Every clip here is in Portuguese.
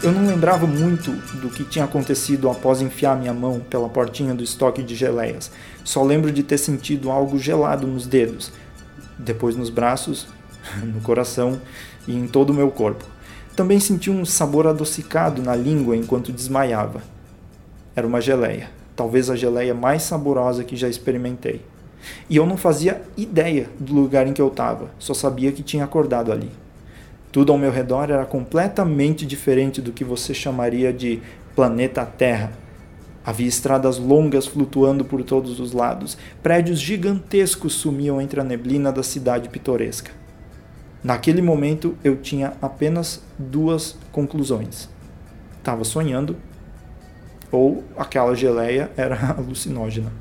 Eu não lembrava muito do que tinha acontecido após enfiar minha mão pela portinha do estoque de geleias. Só lembro de ter sentido algo gelado nos dedos, depois nos braços, no coração e em todo o meu corpo. Também senti um sabor adocicado na língua enquanto desmaiava. Era uma geleia, talvez a geleia mais saborosa que já experimentei. E eu não fazia ideia do lugar em que eu estava, só sabia que tinha acordado ali. Tudo ao meu redor era completamente diferente do que você chamaria de planeta Terra. Havia estradas longas flutuando por todos os lados, prédios gigantescos sumiam entre a neblina da cidade pitoresca. Naquele momento eu tinha apenas duas conclusões. Estava sonhando, ou aquela geleia era alucinógena.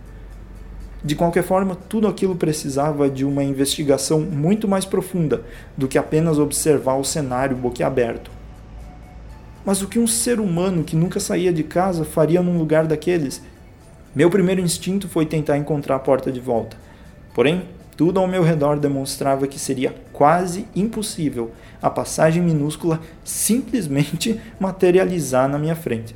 De qualquer forma, tudo aquilo precisava de uma investigação muito mais profunda do que apenas observar o cenário boquiaberto. Mas o que um ser humano que nunca saía de casa faria num lugar daqueles? Meu primeiro instinto foi tentar encontrar a porta de volta. Porém, tudo ao meu redor demonstrava que seria quase impossível a passagem minúscula simplesmente materializar na minha frente.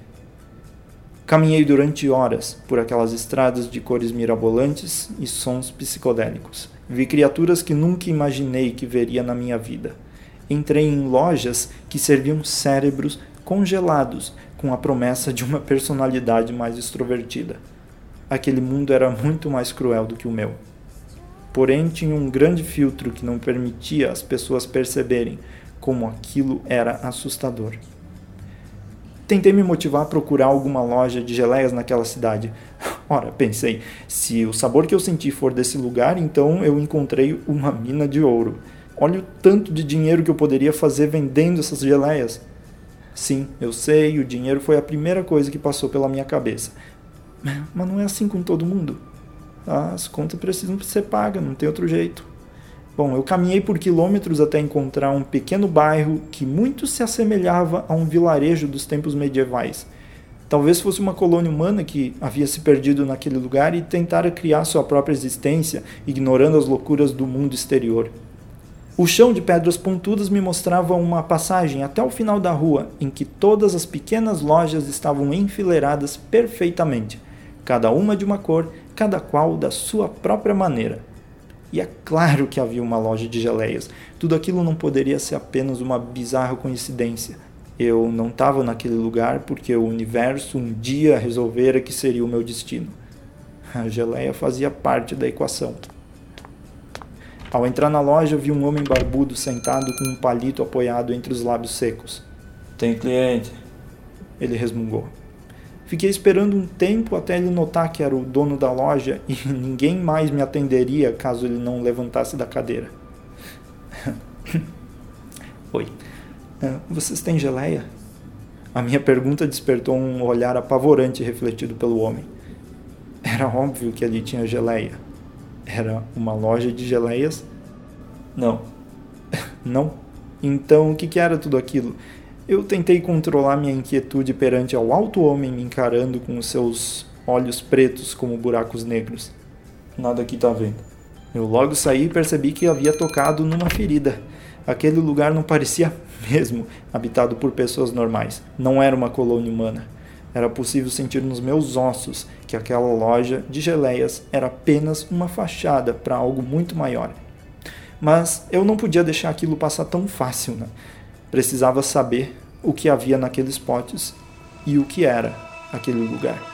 Caminhei durante horas por aquelas estradas de cores mirabolantes e sons psicodélicos. Vi criaturas que nunca imaginei que veria na minha vida. Entrei em lojas que serviam cérebros congelados com a promessa de uma personalidade mais extrovertida. Aquele mundo era muito mais cruel do que o meu. Porém, tinha um grande filtro que não permitia as pessoas perceberem como aquilo era assustador. Tentei me motivar a procurar alguma loja de geleias naquela cidade. Ora, pensei, se o sabor que eu senti for desse lugar, então eu encontrei uma mina de ouro. Olha o tanto de dinheiro que eu poderia fazer vendendo essas geleias. Sim, eu sei, o dinheiro foi a primeira coisa que passou pela minha cabeça. Mas não é assim com todo mundo. As contas precisam ser pagas, não tem outro jeito. Bom, eu caminhei por quilômetros até encontrar um pequeno bairro que muito se assemelhava a um vilarejo dos tempos medievais. Talvez fosse uma colônia humana que havia se perdido naquele lugar e tentara criar sua própria existência, ignorando as loucuras do mundo exterior. O chão de pedras pontudas me mostrava uma passagem até o final da rua, em que todas as pequenas lojas estavam enfileiradas perfeitamente, cada uma de uma cor, cada qual da sua própria maneira. E é claro que havia uma loja de geleias. Tudo aquilo não poderia ser apenas uma bizarra coincidência. Eu não estava naquele lugar porque o universo um dia resolvera que seria o meu destino. A geleia fazia parte da equação. Ao entrar na loja, vi um homem barbudo sentado com um palito apoiado entre os lábios secos. Tem cliente? Ele resmungou. Fiquei esperando um tempo até ele notar que era o dono da loja e ninguém mais me atenderia caso ele não levantasse da cadeira. Oi, vocês têm geleia? A minha pergunta despertou um olhar apavorante refletido pelo homem. Era óbvio que ali tinha geleia. Era uma loja de geleias? Não. Não? Então o que era tudo aquilo? Eu tentei controlar minha inquietude perante ao alto homem me encarando com os seus olhos pretos como buracos negros. Nada aqui tá vendo. Eu logo saí e percebi que havia tocado numa ferida. Aquele lugar não parecia mesmo habitado por pessoas normais. Não era uma colônia humana. Era possível sentir nos meus ossos que aquela loja de geleias era apenas uma fachada para algo muito maior. Mas eu não podia deixar aquilo passar tão fácil, né? Precisava saber o que havia naqueles potes e o que era aquele lugar.